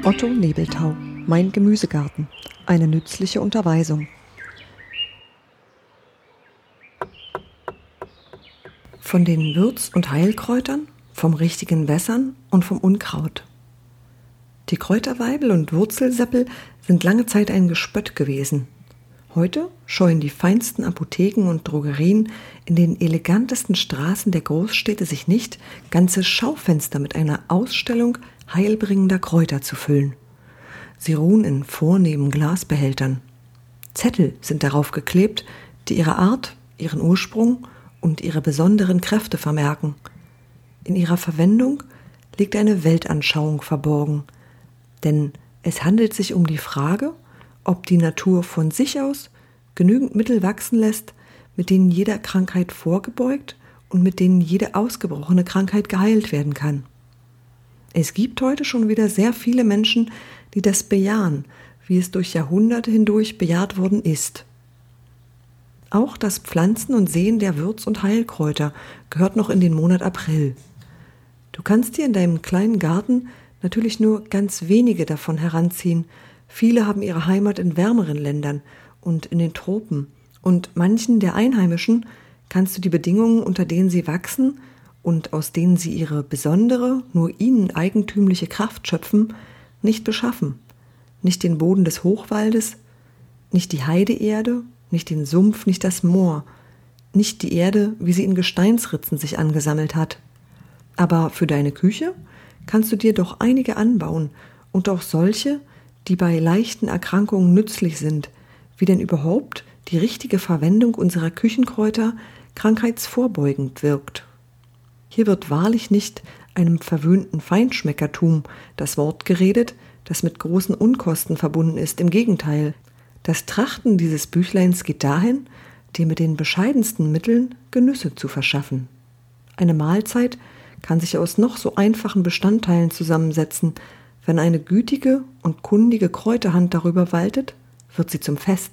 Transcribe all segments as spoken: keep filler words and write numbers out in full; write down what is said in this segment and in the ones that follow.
Otto Nebeltau, Mein Gemüsegarten. Eine nützliche Unterweisung. Von den Würz- und Heilkräutern, vom richtigen Wässern und vom Unkraut. Die Kräuterweibel und Wurzelseppel sind lange Zeit ein Gespött gewesen. Heute scheuen die feinsten Apotheken und Drogerien in den elegantesten Straßen der Großstädte sich nicht, ganze Schaufenster mit einer Ausstellung heilbringender Kräuter zu füllen. Sie ruhen in vornehmen Glasbehältern. Zettel sind darauf geklebt, die ihre Art, ihren Ursprung und ihre besonderen Kräfte vermerken. In ihrer Verwendung liegt eine Weltanschauung verborgen, denn es handelt sich um die Frage, ob die Natur von sich aus genügend Mittel wachsen lässt, mit denen jeder Krankheit vorgebeugt und mit denen jede ausgebrochene Krankheit geheilt werden kann. Es gibt heute schon wieder sehr viele Menschen, die das bejahen, wie es durch Jahrhunderte hindurch bejaht worden ist. Auch das Pflanzen und Säen der Würz- und Heilkräuter gehört noch in den Monat April. Du kannst dir in deinem kleinen Garten natürlich nur ganz wenige davon heranziehen. Viele haben ihre Heimat in wärmeren Ländern und in den Tropen. Und manchen der Einheimischen kannst du die Bedingungen, unter denen sie wachsen und aus denen sie ihre besondere, nur ihnen eigentümliche Kraft schöpfen, nicht beschaffen. Nicht den Boden des Hochwaldes, nicht die Heideerde, nicht den Sumpf, nicht das Moor, nicht die Erde, wie sie in Gesteinsritzen sich angesammelt hat. Aber für deine Küche kannst du dir doch einige anbauen und auch solche, die bei leichten Erkrankungen nützlich sind, wie denn überhaupt die richtige Verwendung unserer Küchenkräuter krankheitsvorbeugend wirkt. Hier wird wahrlich nicht einem verwöhnten Feinschmeckertum das Wort geredet, das mit großen Unkosten verbunden ist. Im Gegenteil, das Trachten dieses Büchleins geht dahin, dir mit den bescheidensten Mitteln Genüsse zu verschaffen. Eine Mahlzeit kann sich aus noch so einfachen Bestandteilen zusammensetzen. Wenn eine gütige und kundige Kräuterhand darüber waltet, wird sie zum Fest.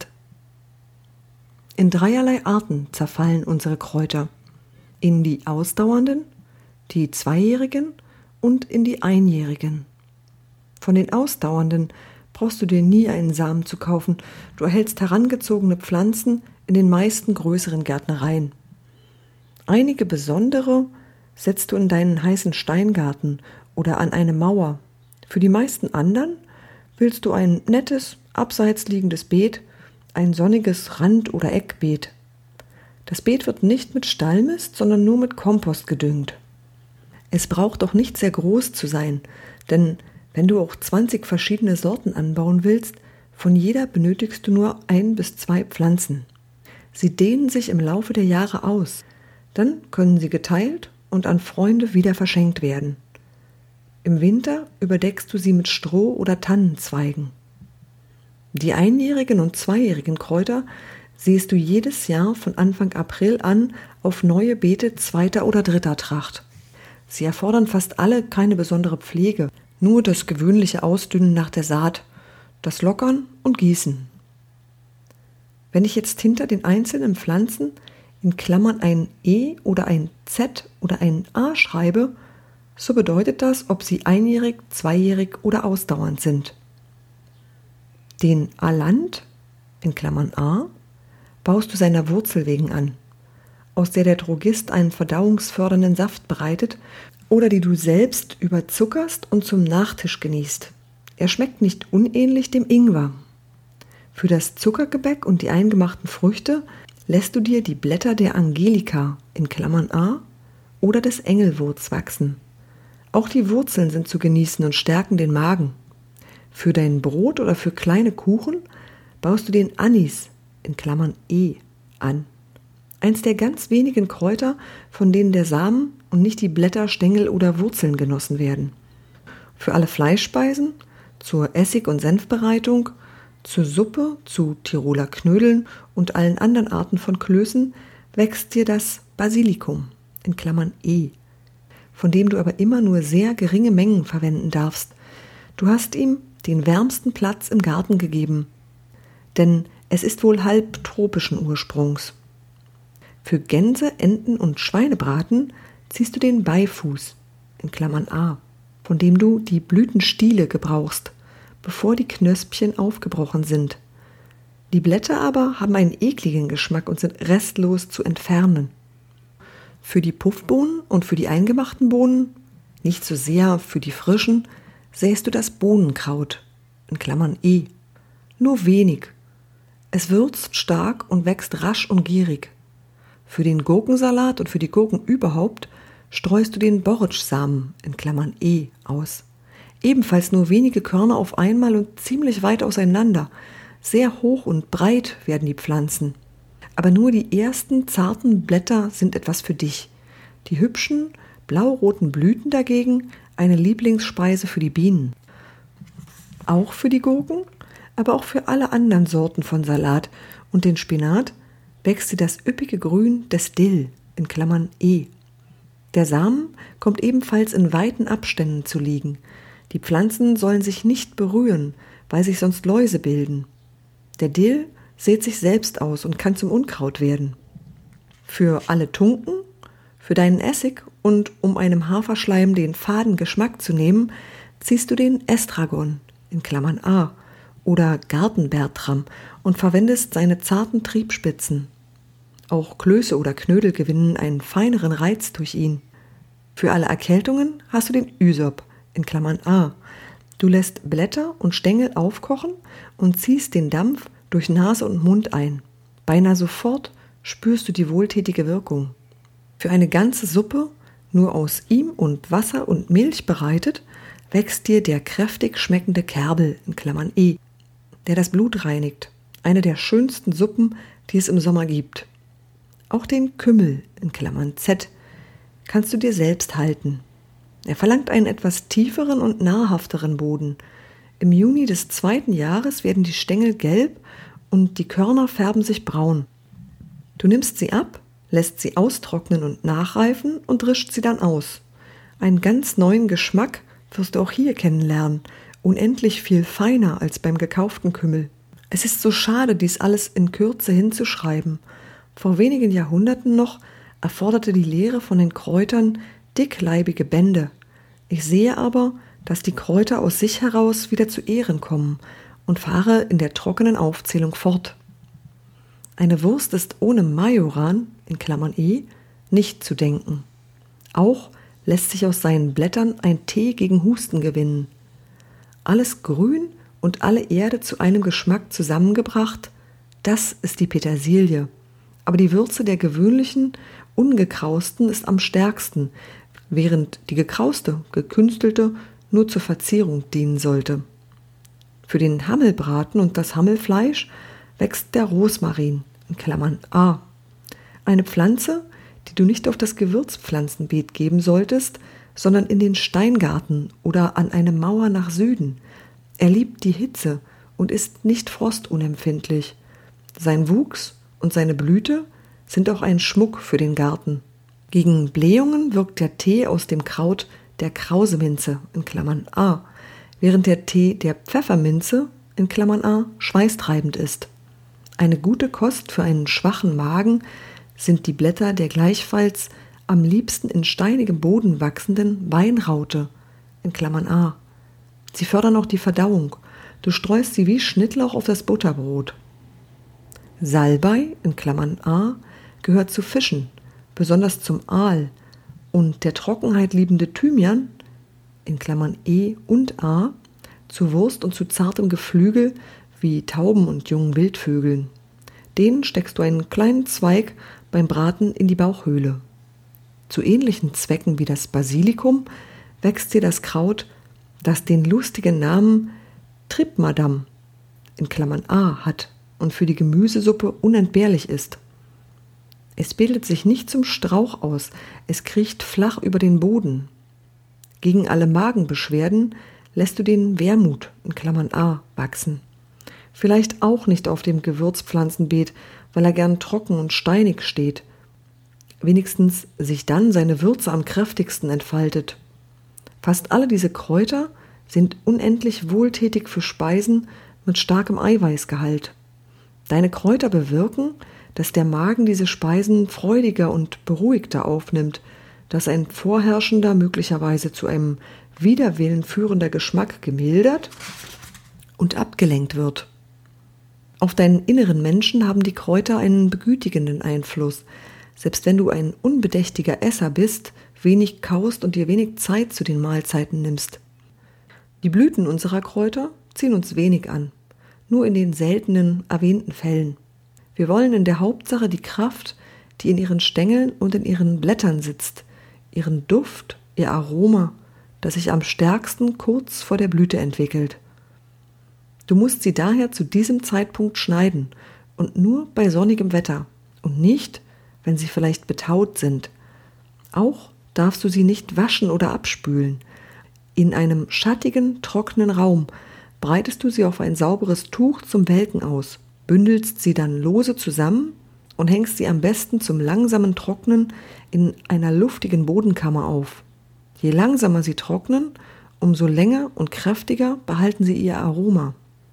In dreierlei Arten zerfallen unsere Kräuter. In die ausdauernden, die zweijährigen und in die einjährigen. Von den ausdauernden brauchst du dir nie einen Samen zu kaufen. Du erhältst herangezogene Pflanzen in den meisten größeren Gärtnereien. Einige besondere setzt du in deinen heißen Steingarten oder an eine Mauer. Für die meisten anderen willst du ein nettes, abseits liegendes Beet, ein sonniges Rand- oder Eckbeet. Das Beet wird nicht mit Stallmist, sondern nur mit Kompost gedüngt. Es braucht auch nicht sehr groß zu sein, denn wenn du auch zwanzig verschiedene Sorten anbauen willst, von jeder benötigst du nur ein bis zwei Pflanzen. Sie dehnen sich im Laufe der Jahre aus. Dann können sie geteilt und an Freunde wieder verschenkt werden. Im Winter überdeckst du sie mit Stroh oder Tannenzweigen. Die einjährigen und zweijährigen Kräuter siehst du jedes Jahr von Anfang April an auf neue Beete zweiter oder dritter Tracht. Sie erfordern fast alle keine besondere Pflege, nur das gewöhnliche Ausdünnen nach der Saat, das Lockern und Gießen. Wenn ich jetzt hinter den einzelnen Pflanzen in Klammern ein E oder ein Z oder ein A schreibe, so bedeutet das, ob sie einjährig, zweijährig oder ausdauernd sind. Den Alant, in Klammern A, baust du seiner Wurzel wegen an, aus der der Drogist einen verdauungsfördernden Saft bereitet oder die du selbst überzuckerst und zum Nachtisch genießt. Er schmeckt nicht unähnlich dem Ingwer. Für das Zuckergebäck und die eingemachten Früchte lässt du dir die Blätter der Angelika, in Klammern A, oder des Engelwurz wachsen. Auch die Wurzeln sind zu genießen und stärken den Magen. Für dein Brot oder für kleine Kuchen baust du den Anis, in Klammern E, an. Eins der ganz wenigen Kräuter, von denen der Samen und nicht die Blätter, Stängel oder Wurzeln genossen werden. Für alle Fleischspeisen, zur Essig- und Senfbereitung, zur Suppe, zu Tiroler Knödeln und allen anderen Arten von Klößen wächst dir das Basilikum, in Klammern E, von dem du aber immer nur sehr geringe Mengen verwenden darfst. Du hast ihm den wärmsten Platz im Garten gegeben, denn es ist wohl halb tropischen Ursprungs. Für Gänse, Enten und Schweinebraten ziehst du den Beifuß, in Klammern A, von dem du die Blütenstiele gebrauchst. bevor die Knöspchen aufgebrochen sind. Die Blätter aber haben einen ekligen Geschmack und sind restlos zu entfernen. Für die Puffbohnen und für die eingemachten Bohnen, nicht so sehr für die frischen, säst du das Bohnenkraut, in Klammern E. Nur wenig. Es würzt stark und wächst rasch und gierig. Für den Gurkensalat und für die Gurken überhaupt streust du den Borretschsamen, in Klammern E, aus. Ebenfalls nur wenige Körner auf einmal und ziemlich weit auseinander. Sehr hoch und breit werden die Pflanzen. Aber nur die ersten zarten Blätter sind etwas für dich. Die hübschen, blau-roten Blüten dagegen eine Lieblingsspeise für die Bienen. Auch für die Gurken, aber auch für alle anderen Sorten von Salat und den Spinat wächst sie das üppige Grün des Dill, in Klammern E. Der Samen kommt ebenfalls in weiten Abständen zu liegen. Die Pflanzen sollen sich nicht berühren, weil sich sonst Läuse bilden. Der Dill sät sich selbst aus und kann zum Unkraut werden. Für alle Tunken, für deinen Essig und um einem Haferschleim den faden Geschmack zu nehmen, ziehst du den Estragon, in Klammern A, oder Gartenbertram und verwendest seine zarten Triebspitzen. Auch Klöße oder Knödel gewinnen einen feineren Reiz durch ihn. Für alle Erkältungen hast du den Ysop, in Klammern A. Du lässt Blätter und Stängel aufkochen und ziehst den Dampf durch Nase und Mund ein. Beinahe sofort spürst du die wohltätige Wirkung. Für eine ganze Suppe, nur aus ihm und Wasser und Milch bereitet, wächst dir der kräftig schmeckende Kerbel, in Klammern E, der das Blut reinigt. Eine der schönsten Suppen, die es im Sommer gibt. Auch den Kümmel, in Klammern Z, kannst du dir selbst halten. Er verlangt einen etwas tieferen und nahrhafteren Boden. Im Juni des zweiten Jahres werden die Stängel gelb und die Körner färben sich braun. Du nimmst sie ab, lässt sie austrocknen und nachreifen und drischt sie dann aus. Einen ganz neuen Geschmack wirst du auch hier kennenlernen, unendlich viel feiner als beim gekauften Kümmel. Es ist so schade, dies alles in Kürze hinzuschreiben. Vor wenigen Jahrhunderten noch erforderte die Lehre von den Kräutern dickleibige Bände. Ich sehe aber, dass die Kräuter aus sich heraus wieder zu Ehren kommen und fahre in der trockenen Aufzählung fort. Eine Wurst ist ohne Majoran, in Klammern E, nicht zu denken. Auch lässt sich aus seinen Blättern ein Tee gegen Husten gewinnen. Alles Grün und alle Erde zu einem Geschmack zusammengebracht, das ist die Petersilie. Aber die Würze der gewöhnlichen, ungekrausten ist am stärksten, während die gekrauste, gekünstelte nur zur Verzierung dienen sollte. Für den Hammelbraten und das Hammelfleisch wächst der Rosmarin, in Klammern A. Eine Pflanze, die du nicht auf das Gewürzpflanzenbeet geben solltest, sondern in den Steingarten oder an eine Mauer nach Süden. Er liebt die Hitze und ist nicht frostunempfindlich. Sein Wuchs und seine Blüte sind auch ein Schmuck für den Garten. Gegen Blähungen wirkt der Tee aus dem Kraut der Krauseminze, in Klammern A, während der Tee der Pfefferminze, in Klammern A, schweißtreibend ist. Eine gute Kost für einen schwachen Magen sind die Blätter der gleichfalls am liebsten in steinigem Boden wachsenden Weinraute, in Klammern A. Sie fördern auch die Verdauung. Du streust sie wie Schnittlauch auf das Butterbrot. Salbei, in Klammern A, gehört zu Fischen, besonders zum Aal, und der Trockenheit liebende Thymian, in Klammern E und A, zu Wurst und zu zartem Geflügel wie Tauben und jungen Wildvögeln. Denen steckst du einen kleinen Zweig beim Braten in die Bauchhöhle. Zu ähnlichen Zwecken wie das Basilikum wächst hier das Kraut, das den lustigen Namen Tripmadam, in Klammern A, hat und für die Gemüsesuppe unentbehrlich ist. Es bildet sich nicht zum Strauch aus, es kriecht flach über den Boden. Gegen alle Magenbeschwerden lässt du den Wermut, in Klammern A, wachsen. Vielleicht auch nicht auf dem Gewürzpflanzenbeet, weil er gern trocken und steinig steht. Wenigstens sich dann seine Würze am kräftigsten entfaltet. Fast alle diese Kräuter sind unendlich wohltätig für Speisen mit starkem Eiweißgehalt. Deine Kräuter bewirken, dass der Magen diese Speisen freudiger und beruhigter aufnimmt, dass ein vorherrschender, möglicherweise zu einem Widerwillen führender Geschmack gemildert und abgelenkt wird. Auf deinen inneren Menschen haben die Kräuter einen begütigenden Einfluss. Selbst wenn du ein unbedächtiger Esser bist, wenig kaust und dir wenig Zeit zu den Mahlzeiten nimmst. Die Blüten unserer Kräuter ziehen uns wenig an, nur in den seltenen, erwähnten Fällen. Wir wollen in der Hauptsache die Kraft, die in ihren Stängeln und in ihren Blättern sitzt, ihren Duft, ihr Aroma, das sich am stärksten kurz vor der Blüte entwickelt. Du musst sie daher zu diesem Zeitpunkt schneiden und nur bei sonnigem Wetter und nicht, wenn sie vielleicht betaut sind. Auch darfst du sie nicht waschen oder abspülen. In einem schattigen, trockenen Raum breitest du sie auf ein sauberes Tuch zum Welken aus, bündelst sie dann lose zusammen und hängst sie am besten zum langsamen Trocknen in einer luftigen Bodenkammer auf. Je langsamer sie trocknen, umso länger und kräftiger behalten sie ihr Aroma.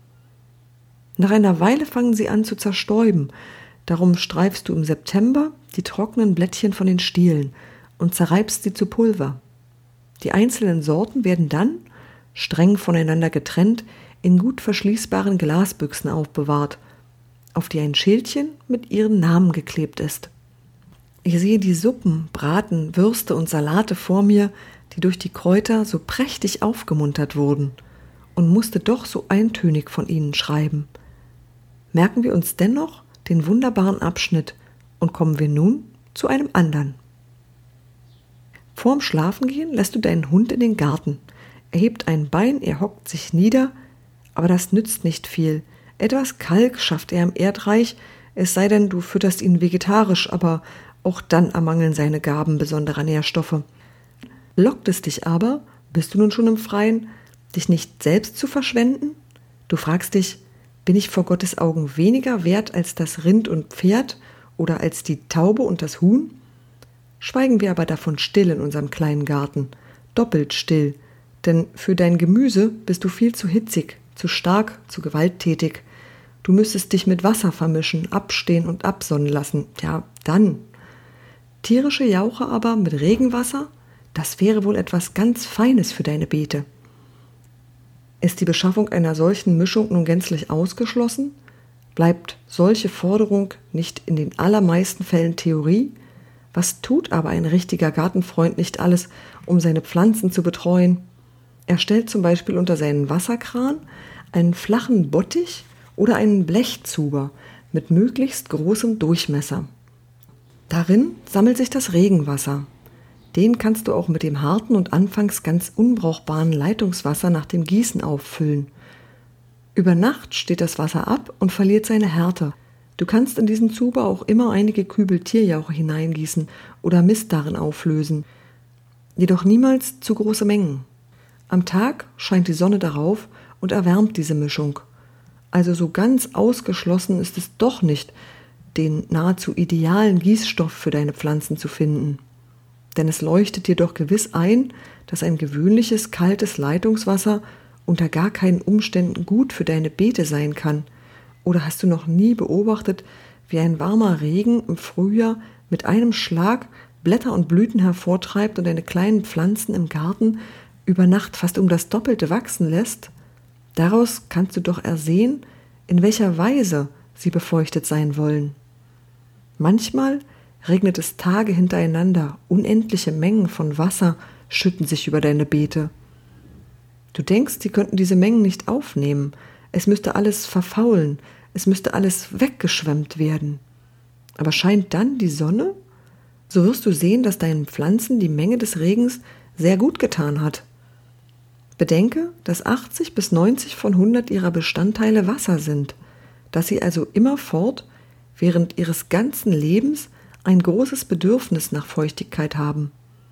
Nach einer Weile fangen sie an zu zerstäuben, darum streifst du im September die trockenen Blättchen von den Stielen und zerreibst sie zu Pulver. Die einzelnen Sorten werden dann, streng voneinander getrennt, in gut verschließbaren Glasbüchsen aufbewahrt, auf die ein Schildchen mit ihren Namen geklebt ist. Ich sehe die Suppen, Braten, Würste und Salate vor mir, die durch die Kräuter so prächtig aufgemuntert wurden, und musste doch so eintönig von ihnen schreiben. Merken wir uns dennoch den wunderbaren Abschnitt und kommen wir nun zu einem anderen. Vorm Schlafengehen lässt du deinen Hund in den Garten. Er hebt ein Bein, er hockt sich nieder, aber das nützt nicht viel. Etwas Kalk schafft er im Erdreich, es sei denn, du fütterst ihn vegetarisch, aber auch dann ermangeln seine Gaben besonderer Nährstoffe. Lockt es dich aber, bist du nun schon im Freien, dich nicht selbst zu verschwenden? Du fragst dich, bin ich vor Gottes Augen weniger wert als das Rind und Pferd oder als die Taube und das Huhn? Schweigen wir aber davon still in unserem kleinen Garten, doppelt still, denn für dein Gemüse bist du viel zu hitzig, zu stark, zu gewalttätig. Du müsstest dich mit Wasser vermischen, abstehen und absonnen lassen. Ja, dann. Tierische Jauche aber mit Regenwasser, das wäre wohl etwas ganz Feines für deine Beete. Ist die Beschaffung einer solchen Mischung nun gänzlich ausgeschlossen? Bleibt solche Forderung nicht in den allermeisten Fällen Theorie? Was tut aber ein richtiger Gartenfreund nicht alles, um seine Pflanzen zu betreuen? Er stellt zum Beispiel unter seinen Wasserkran einen flachen Bottich oder einen Blechzuber mit möglichst großem Durchmesser. Darin sammelt sich das Regenwasser. Den kannst du auch mit dem harten und anfangs ganz unbrauchbaren Leitungswasser nach dem Gießen auffüllen. Über Nacht steht das Wasser ab und verliert seine Härte. Du kannst in diesen Zuber auch immer einige Kübel Tierjauche hineingießen oder Mist darin auflösen, jedoch niemals zu große Mengen. Am Tag scheint die Sonne darauf und erwärmt diese Mischung. Also so ganz ausgeschlossen ist es doch nicht, den nahezu idealen Gießstoff für deine Pflanzen zu finden. Denn es leuchtet dir doch gewiss ein, dass ein gewöhnliches, kaltes Leitungswasser unter gar keinen Umständen gut für deine Beete sein kann. Oder hast du noch nie beobachtet, wie ein warmer Regen im Frühjahr mit einem Schlag Blätter und Blüten hervortreibt und deine kleinen Pflanzen im Garten über Nacht fast um das Doppelte wachsen lässt? Daraus kannst du doch ersehen, in welcher Weise sie befeuchtet sein wollen. Manchmal regnet es Tage hintereinander, unendliche Mengen von Wasser schütten sich über deine Beete. Du denkst, sie könnten diese Mengen nicht aufnehmen, es müsste alles verfaulen, es müsste alles weggeschwemmt werden. Aber scheint dann die Sonne? So wirst du sehen, dass deinen Pflanzen die Menge des Regens sehr gut getan hat. Bedenke, dass achtzig bis neunzig von hundert ihrer Bestandteile Wasser sind, dass sie also immerfort während ihres ganzen Lebens ein großes Bedürfnis nach Feuchtigkeit haben.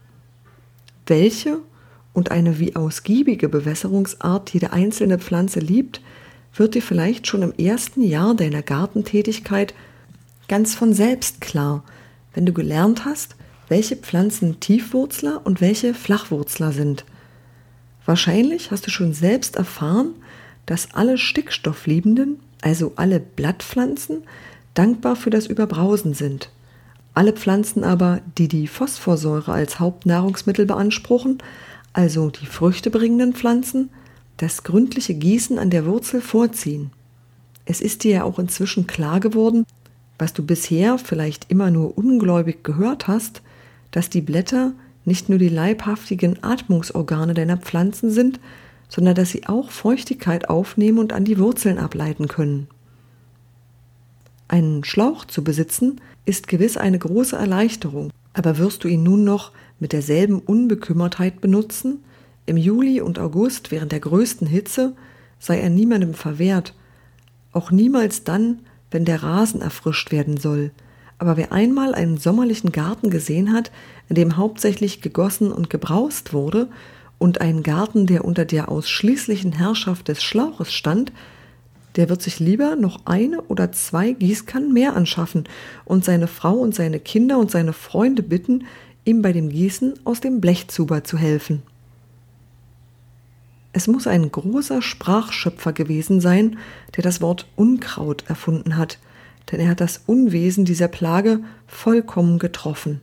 Welche und eine wie ausgiebige Bewässerungsart jede einzelne Pflanze liebt, wird dir vielleicht schon im ersten Jahr deiner Gartentätigkeit ganz von selbst klar, wenn du gelernt hast, welche Pflanzen Tiefwurzler und welche Flachwurzler sind. Wahrscheinlich hast du schon selbst erfahren, dass alle Stickstoffliebenden, also alle Blattpflanzen, dankbar für das Überbrausen sind. Alle Pflanzen aber, die die Phosphorsäure als Hauptnahrungsmittel beanspruchen, also die früchtebringenden Pflanzen, das gründliche Gießen an der Wurzel vorziehen. Es ist dir ja auch inzwischen klar geworden, was du bisher vielleicht immer nur ungläubig gehört hast, dass die Blätter nicht nur die leibhaftigen Atmungsorgane deiner Pflanzen sind, sondern dass sie auch Feuchtigkeit aufnehmen und an die Wurzeln ableiten können. Einen Schlauch zu besitzen, ist gewiss eine große Erleichterung, aber wirst du ihn nun noch mit derselben Unbekümmertheit benutzen? Im Juli und August während der größten Hitze sei er niemandem verwehrt, auch niemals dann, wenn der Rasen erfrischt werden soll. Aber wer einmal einen sommerlichen Garten gesehen hat, in dem hauptsächlich gegossen und gebraust wurde, und einen Garten, der unter der ausschließlichen Herrschaft des Schlauches stand, der wird sich lieber noch eine oder zwei Gießkannen mehr anschaffen und seine Frau und seine Kinder und seine Freunde bitten, ihm bei dem Gießen aus dem Blechzuber zu helfen. Es muss ein großer Sprachschöpfer gewesen sein, der das Wort Unkraut erfunden hat, denn er hat das Unwesen dieser Plage vollkommen getroffen.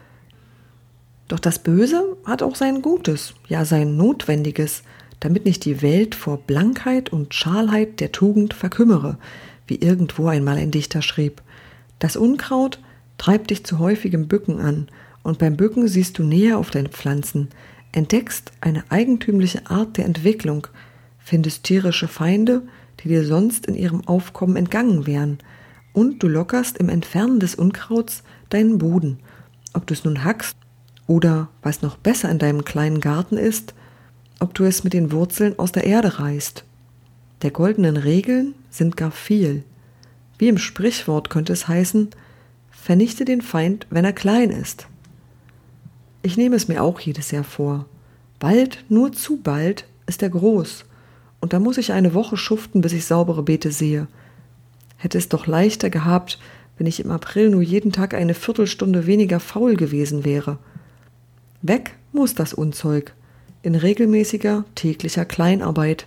Doch das Böse hat auch sein Gutes, ja sein Notwendiges, damit nicht die Welt vor Blankheit und Schalheit der Tugend verkümmere, wie irgendwo einmal ein Dichter schrieb. Das Unkraut treibt dich zu häufigem Bücken an, und beim Bücken siehst du näher auf deine Pflanzen, entdeckst eine eigentümliche Art der Entwicklung, findest tierische Feinde, die dir sonst in ihrem Aufkommen entgangen wären, und du lockerst im Entfernen des Unkrauts deinen Boden, ob du es nun hackst oder, was noch besser in deinem kleinen Garten ist, ob du es mit den Wurzeln aus der Erde reißt. Der goldenen Regeln sind gar viel. Wie im Sprichwort könnte es heißen, vernichte den Feind, wenn er klein ist. Ich nehme es mir auch jedes Jahr vor. Bald, nur zu bald, ist er groß. Und da muss ich eine Woche schuften, bis ich saubere Beete sehe. Hätte es doch leichter gehabt, wenn ich im April nur jeden Tag eine Viertelstunde weniger faul gewesen wäre. Weg muss das Unzeug, in regelmäßiger täglicher Kleinarbeit.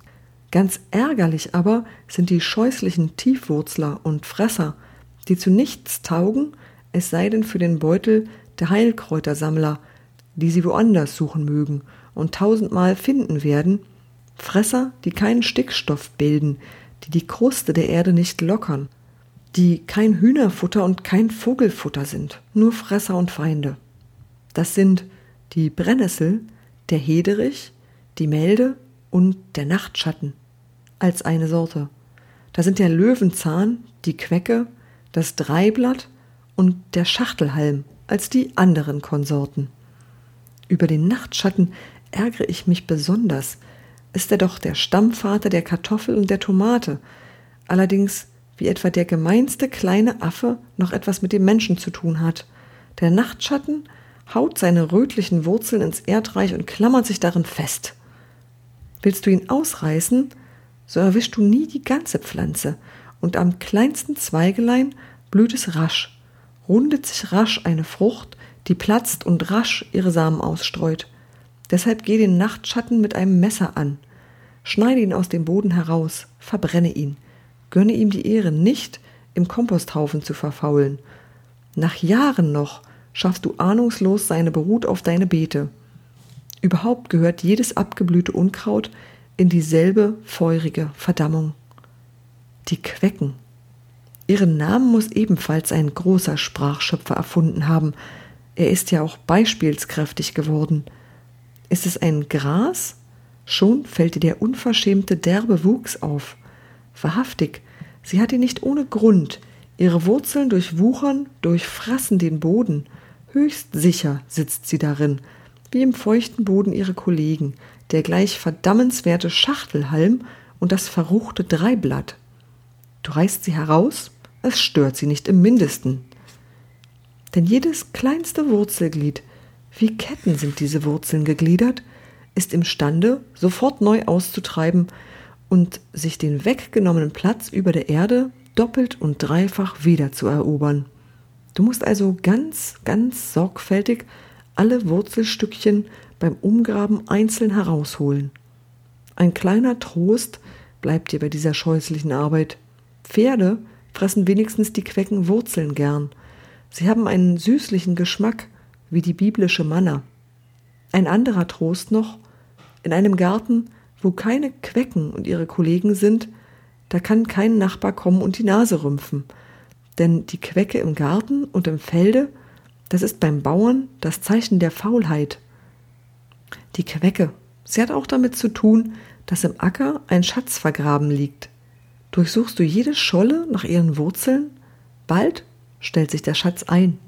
Ganz ärgerlich aber sind die scheußlichen Tiefwurzler und Fresser, die zu nichts taugen, es sei denn für den Beutel der Heilkräutersammler, die sie woanders suchen mögen und tausendmal finden werden, Fresser, die keinen Stickstoff bilden, die die Kruste der Erde nicht lockern, die kein Hühnerfutter und kein Vogelfutter sind, nur Fresser und Feinde. Das sind die Brennnessel, der Hederich, die Melde und der Nachtschatten als eine Sorte. Da sind der Löwenzahn, die Quecke, das Dreiblatt und der Schachtelhalm als die anderen Konsorten. Über den Nachtschatten ärgere ich mich besonders. Ist er doch der Stammvater der Kartoffel und der Tomate, allerdings wie etwa der gemeinste kleine Affe noch etwas mit dem Menschen zu tun hat. Der Nachtschatten haut seine rötlichen Wurzeln ins Erdreich und klammert sich darin fest. Willst du ihn ausreißen, so erwischst du nie die ganze Pflanze, und am kleinsten Zweigelein blüht es rasch, rundet sich rasch eine Frucht, die platzt und rasch ihre Samen ausstreut. Deshalb geh den Nachtschatten mit einem Messer an, schneide ihn aus dem Boden heraus, verbrenne ihn, gönne ihm die Ehre nicht, im Komposthaufen zu verfaulen. Nach Jahren noch schaffst du ahnungslos seine Brut auf deine Beete. Überhaupt gehört jedes abgeblühte Unkraut in dieselbe feurige Verdammung. Die Quecken. Ihren Namen muss ebenfalls ein großer Sprachschöpfer erfunden haben. Er ist ja auch beispielskräftig geworden. Ist es ein Gras? Schon fällt dir der unverschämte derbe Wuchs auf. Wahrhaftig, sie hat ihn nicht ohne Grund. Ihre Wurzeln durchwuchern, durchfressen den Boden. Höchst sicher sitzt sie darin, wie im feuchten Boden ihre Kollegen, der gleich verdammenswerte Schachtelhalm und das verruchte Dreiblatt. Du reißt sie heraus, es stört sie nicht im Mindesten. Denn jedes kleinste Wurzelglied, wie Ketten sind diese Wurzeln gegliedert, ist imstande, sofort neu auszutreiben und sich den weggenommenen Platz über der Erde doppelt und dreifach wieder zu erobern. Du musst also ganz, ganz sorgfältig alle Wurzelstückchen beim Umgraben einzeln herausholen. Ein kleiner Trost bleibt dir bei dieser scheußlichen Arbeit. Pferde fressen wenigstens die Quecken Wurzeln gern. Sie haben einen süßlichen Geschmack, wie die biblische Manna. Ein anderer Trost noch: In einem Garten Wo keine Quecken und ihre Kollegen sind, da kann kein Nachbar kommen und die Nase rümpfen. Denn die Quecke im Garten und im Felde, das ist beim Bauern das Zeichen der Faulheit. Die Quecke, sie hat auch damit zu tun, dass im Acker ein Schatz vergraben liegt. Durchsuchst du jede Scholle nach ihren Wurzeln, bald stellt sich der Schatz ein.